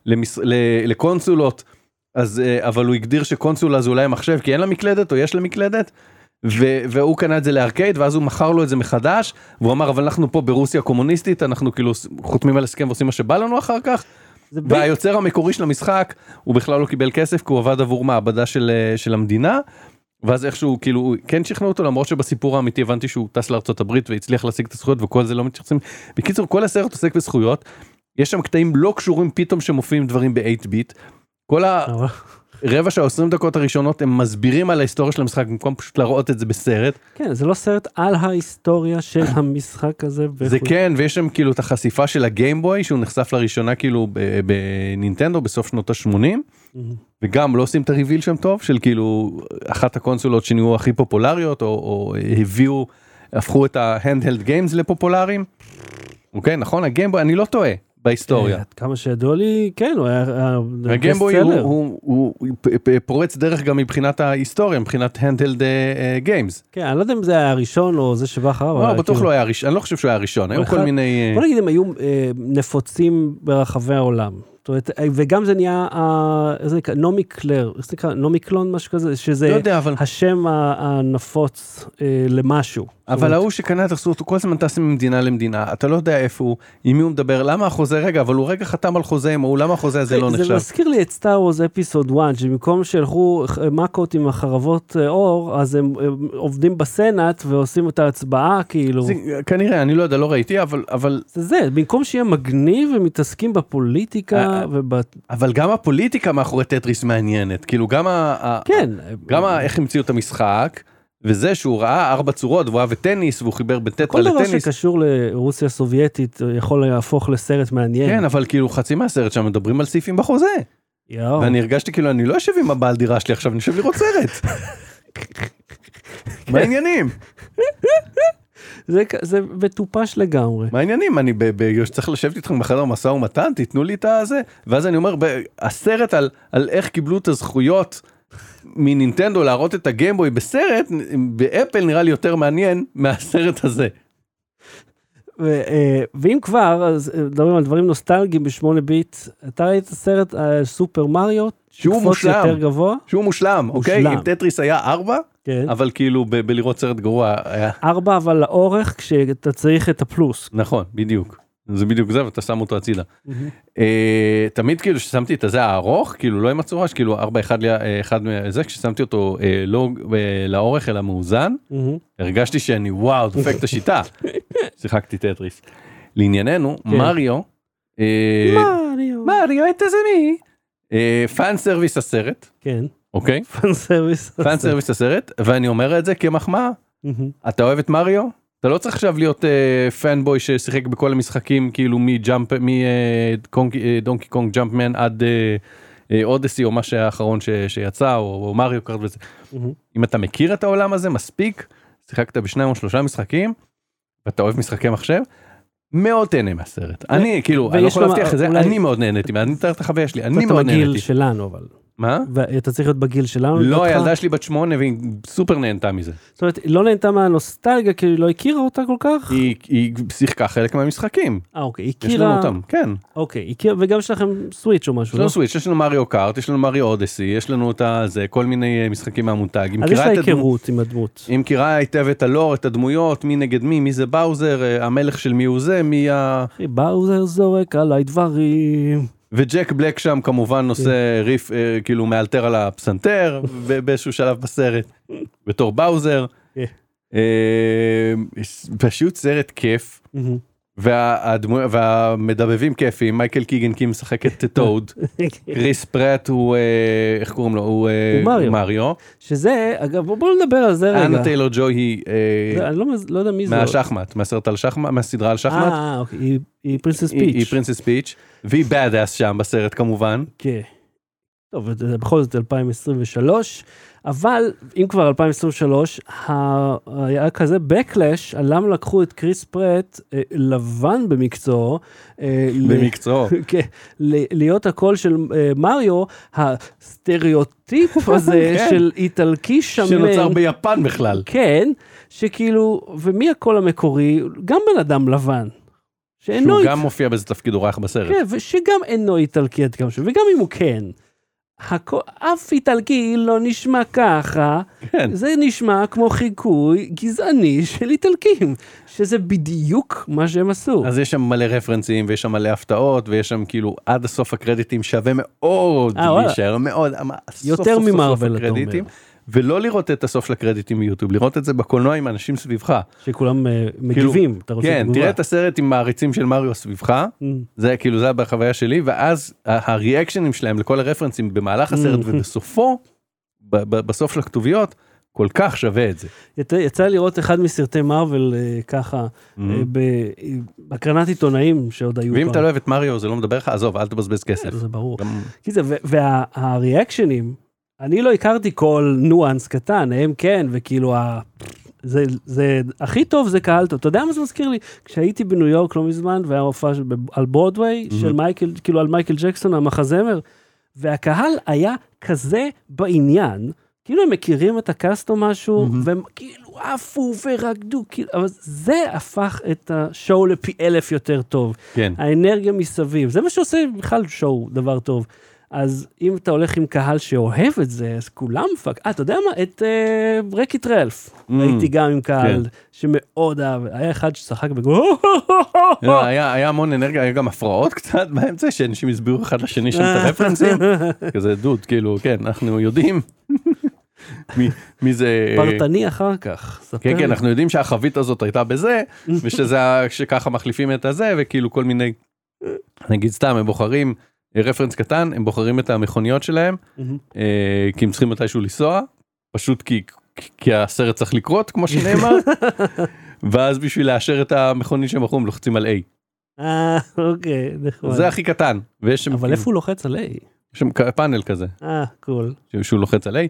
לקונסולות, אבל הוא הגדיר שקונסולה זה אולי מחשב, כי אין לה מקלדת או יש לה מקלדת, והוא קנה את זה לארקייד, ואז הוא מכר לו את זה מחדש, והוא אמר, אבל אנחנו פה ברוסיה קומוניסטית, אנחנו כאילו חותמים על הסכם ועושים מה שבא לנו אחר כך, והיוצר המקורי של המשחק, הוא בכלל לא קיבל כסף, כי הוא עבד עבור מעבדה של המדינה, ואז איכשהו כאילו כן שכנעו אותו, למרות שבסיפור האמיתי הבנתי שהוא טס לארצות הברית והצליח להשיג את הזכויות וכל זה לא מתייחסים. בקיצור, כל הסרט עוסק בזכויות, יש שם קטעים לא קשורים פתאום שמופיעים דברים ב-אייט ביט, כל הרבע שעה עשרים דקות הראשונות הם מסבירים על ההיסטוריה של המשחק, במקום פשוט להראות את זה בסרט. כן, זה לא סרט על ההיסטוריה של המשחק הזה. זה כן, ויש שם כאילו את החשיפה של הגיימבוי, שהוא נחשף לראשונה כאילו בנינטנדו בסוף שנות ה-שמונים, וגם לא עושים את הריביל שם טוב, של כאילו אחת הקונסולות שנהיו הכי פופולריות, או, או הביאו, הפכו את ה-handheld games לפופולריים. אוקיי, נכון, הגיימבוי, אני לא טועה. בהיסטוריה. כמה שידוע לי, כן, הוא היה הגיימבוי הוא פורץ דרך גם מבחינת ההיסטוריה, מבחינת handheld games. כן, אני לא יודע אם זה היה הראשון או זה שבא אחריו. לא, בטוח לא היה הראשון, אני לא חושב שהוא היה הראשון, היו כל מיני... בוא נגיד, הם היו נפוצים ברחבי העולם. וגם זה נהיה, זה נקרא, נומיקלר, זה נקרא, נומיקלון, משהו כזה, שזה השם הנפוץ למשהו. אבל ההוא שקנה את החסות, הוא כל הזמן טס ממדינה למדינה, אתה לא יודע איפה הוא, עם מי הוא מדבר, למה החוזה, רגע, אבל הוא רגע חתם על חוזה, הוא למה החוזה הזה לא נחשב? זה מזכיר לי את סטאר וורס אפיסוד אחת, שבמקום שהלכו מקות עם החרבות אור, אז הם עובדים בסנאט ועושים את ההצבעה, כאילו. כנראה, אני לא יודע, לא ראיתי, אבל... זה זה, במקום שיהיה מגניב ומתעסקים בפוליטיקה, אבל גם הפוליטיקה מאחורי טטריס מעניינת, כאילו גם איך המציאו את המשחק, וזה שהוא ראה ארבע צורות, והוא אהב טניס, והוא חיבר בין טטרה לטניס. כל דבר שקשור לרוסיה הסובייטית יכול להפוך לסרט מעניין. כן, אבל כאילו חצי מהסרט שם מדברים על סעיפים בחוזה. ואני הרגשתי כאילו, אני לא יושב עם הבעל דירה שלי עכשיו, אני יושב לראות סרט. מה העניינים? זה, זה מטופש לגמרי. מה העניינים? אני צריך לשבת איתכם בחדר משא ומתן, תיתנו לי את הזה. ואז אני אומר, הסרט על, על איך קיבלו את הזכויות מנינטנדו להראות את הגיימבוי בסרט, באפל נראה לי יותר מעניין מהסרט הזה. ו, ואם כבר, אז מדברים על דברים נוסטלגיים בשמונה ביט, אתה ראית את הסרט על סופר מריו, שהוא מושלם, יותר גבוה? שהוא מושלם, אוקיי? אם טטריס היה ארבע, כן. אבל כאילו ב- בלראות סרט גרוע היה... ארבע אבל לאורך כשאתה צריך את הפלוס. נכון, בדיוק. זה בדיוק זה, ואתה שם אותו הצידה. אה, תמיד כאילו ששמתי את הזה הארוך, כאילו לא עם הצורה, שכאילו ארבע אחד, אחד מזה, כששמתי אותו אה, לא אה, לאורך אלא מאוזן, הרגשתי שאני וואו, דופק את השיטה. שיחקתי טטריס. לענייננו, מריו, מריו, מריו, את זה מי? פאן סרוויס הסרט, כן. אוקיי? פאן סרוויס. פאן סרוויס הסרט, ואני אומר את זה כמחמאה. אתה אוהב את מריו? אתה לא צריך עכשיו להיות פאנבוי ששיחק בכל המשחקים, כאילו מג'אמפ, מדונקי קונג ג'אמפמן עד אודסי, או מה שהאחרון שיצא, או מריו קארט וזה. אם אתה מכיר את העולם הזה, מספיק, שיחקת בשניים או שלושה משחקים, ואתה אוהב משחקי מחשב, מאוד תהנה מהסרט. אני, כאילו, אני לא יכול להבטיח את זה, אני מאוד נהניתי, אני מתאר את החוויה שלי, אני מאוד נהניתי. אתה בגיל שלנו, אבל. מה? ואתה צריך להיות בגיל שלנו? לא, הילדה שלי בת שמונה, והיא סופר נהנתה מזה. זאת אומרת, היא לא נהנתה מהנוסטלגיה, כי היא לא הכירה אותה כל כך? היא שיחקה חלק מהמשחקים. אה, אוקיי, היא יש לנו אותם, כן. אוקיי, וגם יש לכם סוויץ' או משהו, יש לנו סוויץ', יש לנו מריו קארט, יש לנו מריו אודסי, יש לנו את זה, כל מיני משחקים מהמותג. אז יש לה היכרות עם הדמות. היא מכירה היטב את הלור, את הדמויות, מי נגד מי, מי זה באוזר, המלך של מי הוא זה, מי ה... באוזר זורק עליי דברים. וג'ק בלק שם כמובן נושא ריף, כאילו מאלתר על הפסנתר, באיזשהו שלב בסרט, בתור באוזר. פשוט סרט כיף. והמדבבים כיפים, מייקל קיגן קי משחק את טוד, קריס פרט הוא, איך קוראים לו? הוא מריו. שזה, אגב, בואו נדבר על זה רגע. אנה טיילור ג'וי היא, אני לא יודע מי זה. מהשחמט, מהסרט על שחמט, מהסדרה על שחמט. אה, אוקיי, היא פרינסס פיץ'. היא פרינסס פיץ', והיא בadass שם בסרט כמובן. כן. טוב, בכל זאת אלפיים עשרים ושלוש, אבל אם כבר אלפיים עשרים ושלוש, היה כזה backlash, על למה לקחו את קריס פרט, לבן במקצועו, במקצועו, כן, להיות הקול של מריו, הסטריאוטיפ הזה של איטלקי שמן, שנוצר ביפן בכלל, כן, שכאילו, ומי הקול המקורי? גם בן אדם לבן. שהוא גם מופיע באיזה תפקיד אורח בסרט. כן, ושגם אינו איטלקי עד כמה וגם אם הוא כן, אף איטלקי לא נשמע ככה, כן. זה נשמע כמו חיקוי גזעני של איטלקים, שזה בדיוק מה שהם עשו. אז יש שם מלא רפרנסים, ויש שם מלא הפתעות, ויש שם כאילו עד הסוף הקרדיטים שווה מאוד להישאר, מאוד, יותר ממרוול אתה אומר. ולא לראות את הסוף של הקרדיטים ביוטיוב, לראות את זה בקולנוע עם אנשים סביבך. שכולם מגיבים. כן, תראה את הסרט עם מעריצים של מריו סביבך, זה כאילו, זה בחוויה שלי, ואז הריאקשנים שלהם לכל הרפרנסים במהלך הסרט ובסופו, בסוף של הכתוביות, כל כך שווה את זה. יצא לראות אחד מסרטי מרוול ככה, בהקרנת עיתונאים שעוד היו. ואם אתה לא אוהב את מריו, זה לא מדבר לך, עזוב, אל תבזבז כסף. זה ברור. והריאקשנים, אני לא הכרתי כל ניואנס קטן, הם כן, וכאילו, ה... זה, זה, הכי טוב זה קהל טוב. אתה יודע מה זה מזכיר לי? כשהייתי בניו יורק לא מזמן, והיה הופעה על ברודווי, mm-hmm. של מייקל, כאילו על מייקל ג'קסון, המחזמר, והקהל היה כזה בעניין, כאילו הם מכירים את הקאסט או משהו, mm-hmm. והם כאילו עפו ורקדו, כאילו, אבל זה הפך את השואו לפי אלף יותר טוב. כן. האנרגיה מסביב, זה מה שעושה בכלל שואו, דבר טוב. אז אם אתה הולך עם קהל שאוהב את זה, אז כולם פאק. אה, אתה יודע מה? את רקיט רלף. הייתי גם עם קהל שמאוד אהב. היה אחד ששחק בגו... היה המון אנרגיה, היה גם הפרעות קצת באמצע, שאנשים הסבירו אחד לשני שם את הרפרנסים. כזה דוד, כאילו, כן, אנחנו יודעים. מי זה... פרטני אחר כך. כן, כן, אנחנו יודעים שהחבית הזאת הייתה בזה, ושזה, שככה מחליפים את הזה, וכאילו כל מיני... נגיד סתם, הם בוחרים... רפרנס קטן, הם בוחרים את המכוניות שלהם, כי הם צריכים מתישהו לנסוע, פשוט כי הסרט צריך לקרות, כמו שנאמר, ואז בשביל לאשר את המכונית שהם בחרו, הם לוחצים על A. אה, אוקיי, נכון. זה הכי קטן. אבל איפה הוא לוחץ על A? יש שם פאנל כזה. אה, קול. שהוא לוחץ על A.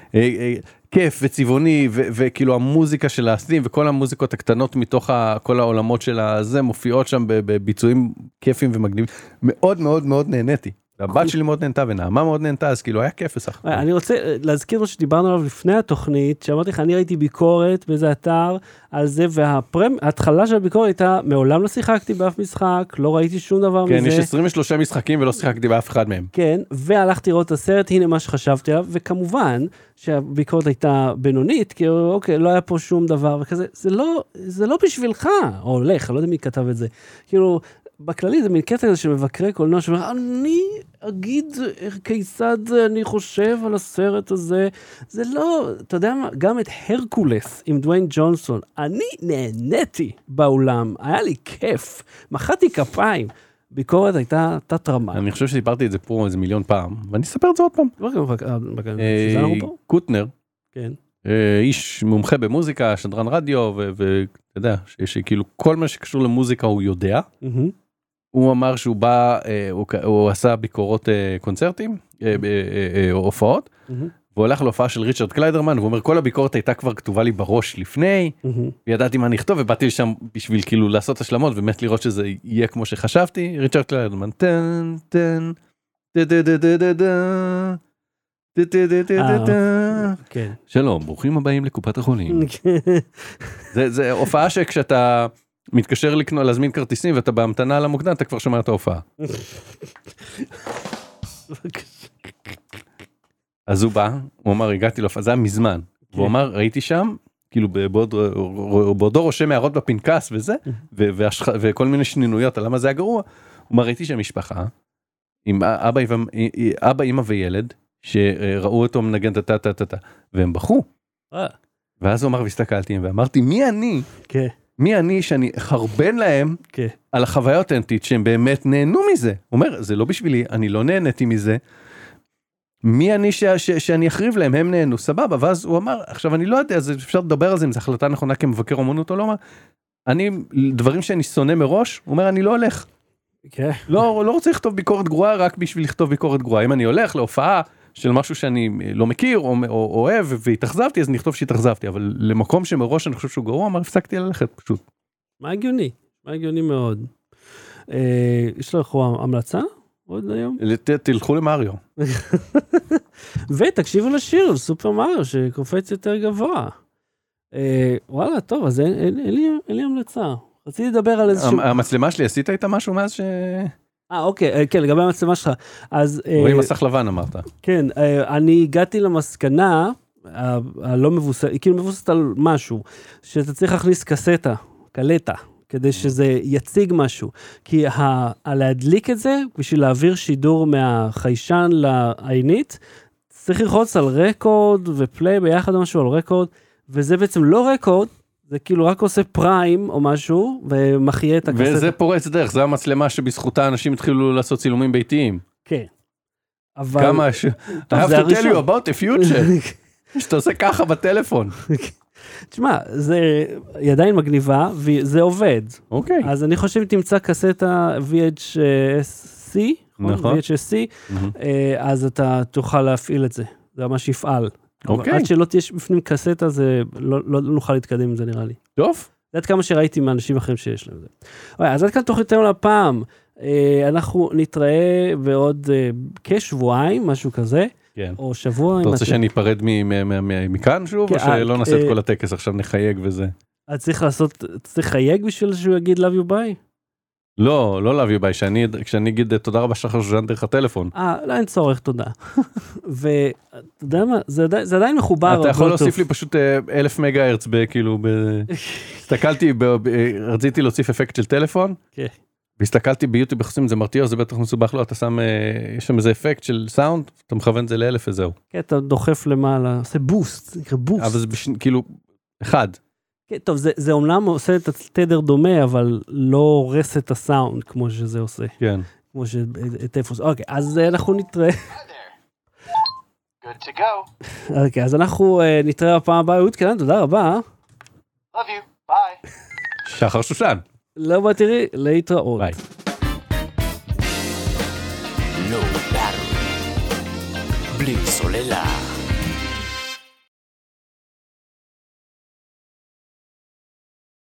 כיף וצבעוני, וכאילו המוזיקה של הסדים, וכל המוזיקות הקטנות מתוך כל העולמות של הזה, מופיעות שם בביצועים כיפים ומגניבים. מאוד מאוד מאוד נהניתי. הבת שלי מאוד נהנתה, ונעמה מאוד נהנתה, אז כאילו היה כיף וסך. אני רוצה להזכיר מה שדיברנו עליו לפני התוכנית, שאמרתי לך, אני ראיתי ביקורת באיזה אתר על זה, וההתחלה של הביקורת הייתה, מעולם לא שיחקתי באף משחק, לא ראיתי שום דבר מזה. כן, יש עשרים ושלושה משחקים ולא שיחקתי באף אחד מהם. כן, והלכתי לראות את הסרט, הנה מה שחשבתי עליו, וכמובן שהביקורת הייתה בינונית, כי אוקיי, לא היה פה שום דבר, וכזה, זה לא, זה לא בשבילך, או הולך, אני לא יודע מי כתב את זה, כאילו, בכללי זה מין קטע הזה של מבקרי קולנוע, שאומר, אני אגיד כיצד אני חושב על הסרט הזה, זה לא, אתה יודע מה, גם את הרקולס עם דוויין ג'ונסון, אני נהניתי באולם, היה לי כיף, מחאתי כפיים, ביקורת הייתה תת רמה. אני חושב שסיפרתי את זה פה איזה מיליון פעם, ואני אספר את זה עוד פעם. קוטנר, כן. איש מומחה במוזיקה, שדרן רדיו, ואתה יודע, שכאילו כל מה שקשור למוזיקה הוא יודע. הוא אמר שהוא בא, הוא עשה ביקורות קונצרטים, הופעות, והוא הולך להופעה של ריצ'רד קליידרמן, והוא אומר, כל הביקורת הייתה כבר כתובה לי בראש לפני, וידעתי מה נכתוב, ובאתי לשם בשביל כאילו לעשות השלמות, ובאמת לראות שזה יהיה כמו שחשבתי. ריצ'רד קליידרמן, טן, טן, שלום, ברוכים הבאים לקופת החולים. זה הופעה שכשאתה מתקשר לקנות, להזמין כרטיסים, ואתה בהמתנה על המוקדן, אתה כבר שומע את ההופעה. אז הוא בא, הוא אמר, הגעתי להופעה, זה היה מזמן. הוא אמר, ראיתי שם, כאילו בעודו רושם הערות בפנקס וזה, וכל מיני שנינויות על למה זה היה גרוע. הוא אמר, ראיתי שם משפחה, עם אבא, אמא וילד, שראו אותו מנגן טה טה טה טה, והם בכו. ואז הוא אמר, והסתכלתי, ואמרתי, מי אני? כן. מי אני שאני חרבן להם על החוויה אותנטית שהם באמת נהנו מזה. הוא אומר, זה לא בשבילי, אני לא נהניתי מזה. מי אני ש- ש- שאני אחריב להם, הם נהנו, סבבה. ואז הוא אמר, עכשיו אני לא יודע, אז אפשר לדבר על זה, אם זו החלטה נכונה כמבקר אומנות או לא, אני, דברים שאני שונא מראש, הוא אומר, אני לא הולך. כן. לא, לא רוצה לכתוב ביקורת גרועה רק בשביל לכתוב ביקורת גרועה. אם אני הולך להופעה של משהו שאני לא מכיר או, או אוהב והתאכזבתי, אז נכתוב שהתאכזבתי, אבל למקום שמראש אני חושב שהוא גרוע, אמר, הפסקתי ללכת פשוט. מה הגיוני? מה הגיוני מאוד. אה, יש לך המלצה עוד היום? ת, תלכו למריו. ותקשיבו לשיר, סופר מריו, שקופץ יותר גבוה. אה, וואלה, טוב, אז אין, אין, אין, לי, אין לי המלצה. רציתי לדבר על איזשהו... המצלמה שלי, עשית איתה משהו מאז ש... אה, אוקיי, כן, לגבי המצלמה שלך. אז... רואים מסך לבן, אמרת. כן, אני הגעתי למסקנה, הלא מבוססת, כאילו מבוססת על משהו, שאתה צריך להכניס קסטה, קלטה, כדי שזה יציג משהו. כי להדליק את זה, בשביל להעביר שידור מהחיישן לעינית, צריך ללחוץ על רקורד ופליי ביחד או משהו על רקורד, וזה בעצם לא רקורד, זה כאילו רק עושה פריים או משהו, ומחיה את הקסטה. וזה פורץ דרך, זה המצלמה שבזכותה אנשים התחילו לעשות צילומים ביתיים. כן. אבל... כמה ש... I have to tell you about the future. שאתה עושה ככה בטלפון. תשמע, זה ידיים מגניבה, וזה עובד. אוקיי. אז אני חושב אם תמצא קסטה וי אייץ' אס סי, נכון. וי אייץ' אס סי, אז אתה תוכל להפעיל את זה. זה ממש יפעל. אוקיי. עד שלא תהיה בפנים קסטה, זה לא נוכל להתקדם עם זה נראה לי. טוב. זה עד כמה שראיתי מאנשים אחרים שיש להם זה. אז עד כאן תוכנית היום לפעם. אנחנו נתראה בעוד כשבועיים, משהו כזה. כן. או שבוע. אתה רוצה שאני אפרד מכאן שוב, או שלא נעשה את כל הטקס, עכשיו נחייג וזה? אז צריך לעשות, צריך לחייג בשביל שהוא יגיד love you bye? לא, לא love you bye, כשאני אגיד תודה רבה שחר שוז'ן דרך הטלפון. אה, לא אין צורך, תודה. ואתה יודע מה, זה עדיין מחובר. אתה יכול להוסיף לי פשוט אלף מגה הרץ, כאילו, הסתכלתי, רציתי להוסיף אפקט של טלפון, והסתכלתי ביוטיוב, בחסים זה מרתיע, זה בטח מסובך לו, אתה שם, יש שם איזה אפקט של סאונד, אתה מכוון זה לאלף וזהו. כן, אתה דוחף למעלה, עושה בוסט, זה נקרא בוסט. אבל זה כאילו, אחד. כן, טוב, זה, זה אומנם עושה את התדר דומה, אבל לא הורס את הסאונד, כמו שזה עושה. כן. כמו שאת איפה זה. אוקיי, אז אנחנו נתראה. Good to go. אוקיי, אז אנחנו uh, נתראה בפעם הבאה. אהוד קלן, תודה רבה. Love you. Bye. שחר שושן. לא בא תראי, להתראות. ביי. No battery. בלי סוללה.